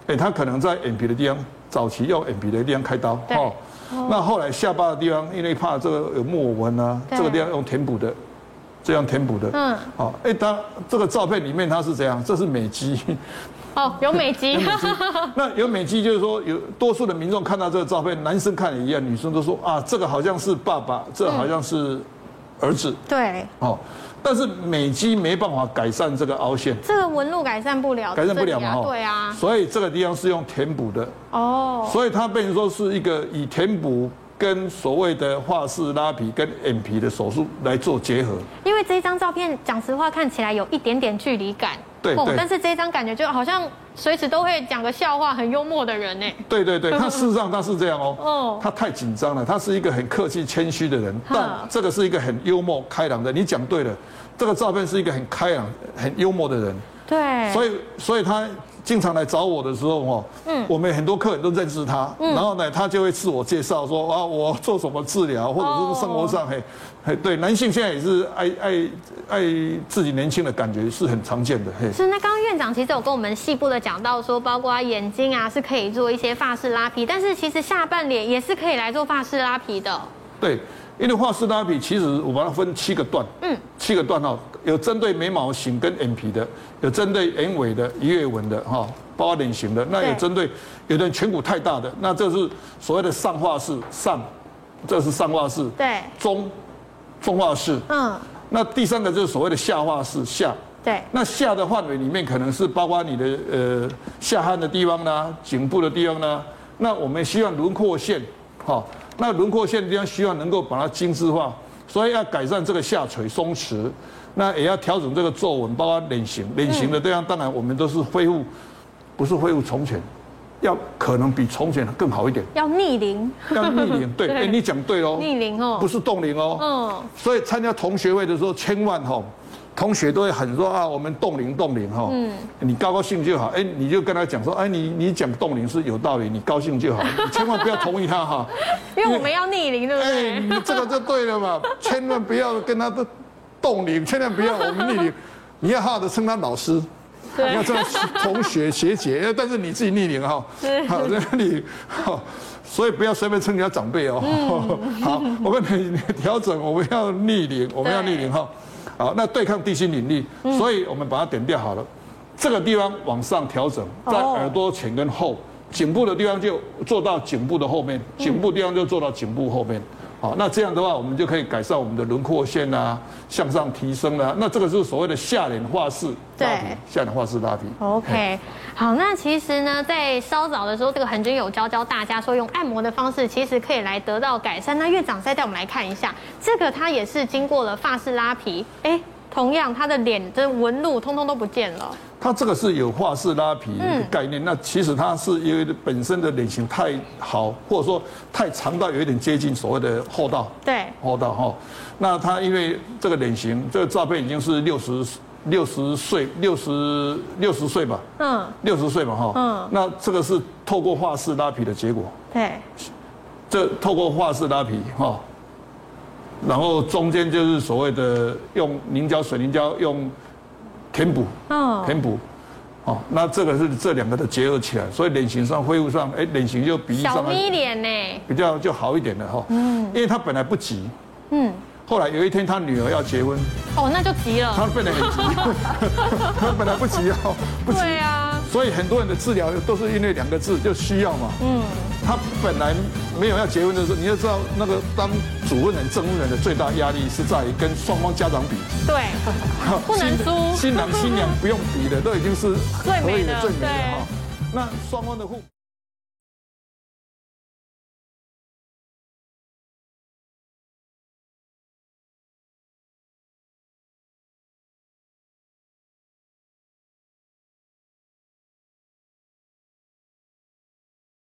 哎，他可能在眼皮的地方，早期用眼皮的地方开刀，哦，那后来下巴的地方，因为怕这个有木偶纹啊，这个地方用填补的，这样填补的，嗯，好，哎，他这个照片里面他是这样，这是美肌。 哦，有美肌。 那有美肌就是说，有多数的民众看到这个照片，男生看也一样，女生都说啊，这个好像是爸爸，这个好像是儿子。 对。 哦，但是美肌没办法改善这个凹陷， 这个纹路改善不了， 改善不了嘛。 对啊。 所以这个地方是用填补的。哦。所以它变成说是一个以填补跟所谓的画式拉皮跟眼皮的手术来做结合。 因为这一张照片，讲实话看起来有一点点距离感。 对对， 但是这一张感觉就好像随时都会讲个笑话，很幽默的人呢。 对对对，他事实上他是这样哦，哦，他太紧张了，他是一个很客气谦虚的人，但这个是一个很幽默开朗的。你讲对了，这个照片是一个很开朗、很幽默的人。 对， 所以所以他经常来找我的时候哦，嗯，我们很多客人都认识他，然后呢，他就会自我介绍说啊，我做什么治疗，或者是生活上嘿，嘿，对，男性现在也是爱爱爱自己年轻的感觉是很常见的。嘿， 是。那刚刚院长其实有跟我们细部的讲到说，包括眼睛啊是可以做一些法式拉皮，但是其实下半脸也是可以来做法式拉皮的。 对。因为法式拉皮其实我把它分七个段，嗯，七个段哈，有针对眉毛型跟眼皮的，有针对眼尾的、鱼尾纹的哈，包括脸型的，那有针对有的人颧骨太大的，那这是所谓的上画式上，这是上画式， 对， 中中画式，嗯，那第三个就是所谓的下画式下， 对， 那下的范围里面可能是包括你的呃下颌的地方啦、颈部的地方啦，那我们希望轮廓线，哈。那轮廓线的地方需要能够把它精致化，所以要改善这个下垂松弛，那也要调整这个皱纹，包括脸型。脸型的地方，当然我们都是恢复，不是恢复从前，要可能比从前更好一点。 要逆龄。 要逆龄，对，哎，你讲对喽。 逆龄哦， 不是冻龄哦。嗯。所以参加同学会的时候，千万哈。同学都会很说啊，我们冻龄冻龄哈，嗯，你高高兴就好，哎，你就跟他讲说，哎，你你讲冻龄是有道理，你高兴就好，你千万不要同意他哈， 因为我们要逆龄，对不对？ 哎，你这个就对了嘛，千万不要跟他冻龄，千万不要我们逆龄，你要好好的称他老师，你要称他同学学姐，但是你自己逆龄哈，好，那你好。所以不要随便称人家长辈哦。嗯、好，我们调整，我们要逆龄，我们要逆龄哈。好，那对抗地心引力，嗯、所以我们把它点掉好了。这个地方往上调整，在耳朵前跟后，颈部的地方就做到颈部的后面，颈部地方就做到颈部后面。好，那这样的话，我们就可以改善我们的轮廓线啊，向上提升啦、啊。那这个是所谓的下脸画式拉皮，下脸画式拉皮。 OK， 好，那其实呢，在稍早的时候，这个恒均有教教大家说，用按摩的方式其实可以来得到改善。那院长再带我们来看一下，这个它也是经过了法式拉皮，哎，同样他的脸的纹路通通都不见了。 它这个是有法式拉皮的概念，嗯、那其实它是因为本身的脸型太好，或者说太长到有一点接近所谓的厚道。 对， 厚道哈。那它因为这个脸型，这个照片已经是六十六十岁，六十六十岁吧。嗯。六十岁嘛哈。嗯。那这个是透过法式拉皮的结果。 对。 这透过法式拉皮哈，然后中间就是所谓的用凝胶、水凝胶用。填补，哦，填补，哦，那这个是这两个的结合起来，所以脸型上恢复上，哎，脸型就比小咪脸呢， 比较就好一点了哈。嗯，因为他本来不急，嗯，后来有一天他女儿要结婚， 哦，那就急了， 他变得很急，他本来不急哦，不急， 对啊， 所以很多人的治疗都是因为两个字，就需要嘛，嗯，他本来没有要结婚的时候，你要知道那个当主婚人、证婚人的最大压力是在于跟双方家长比。 对，不能输。 新郎新娘不用比的，都已经是最美的、 最美的哈。那双方的互。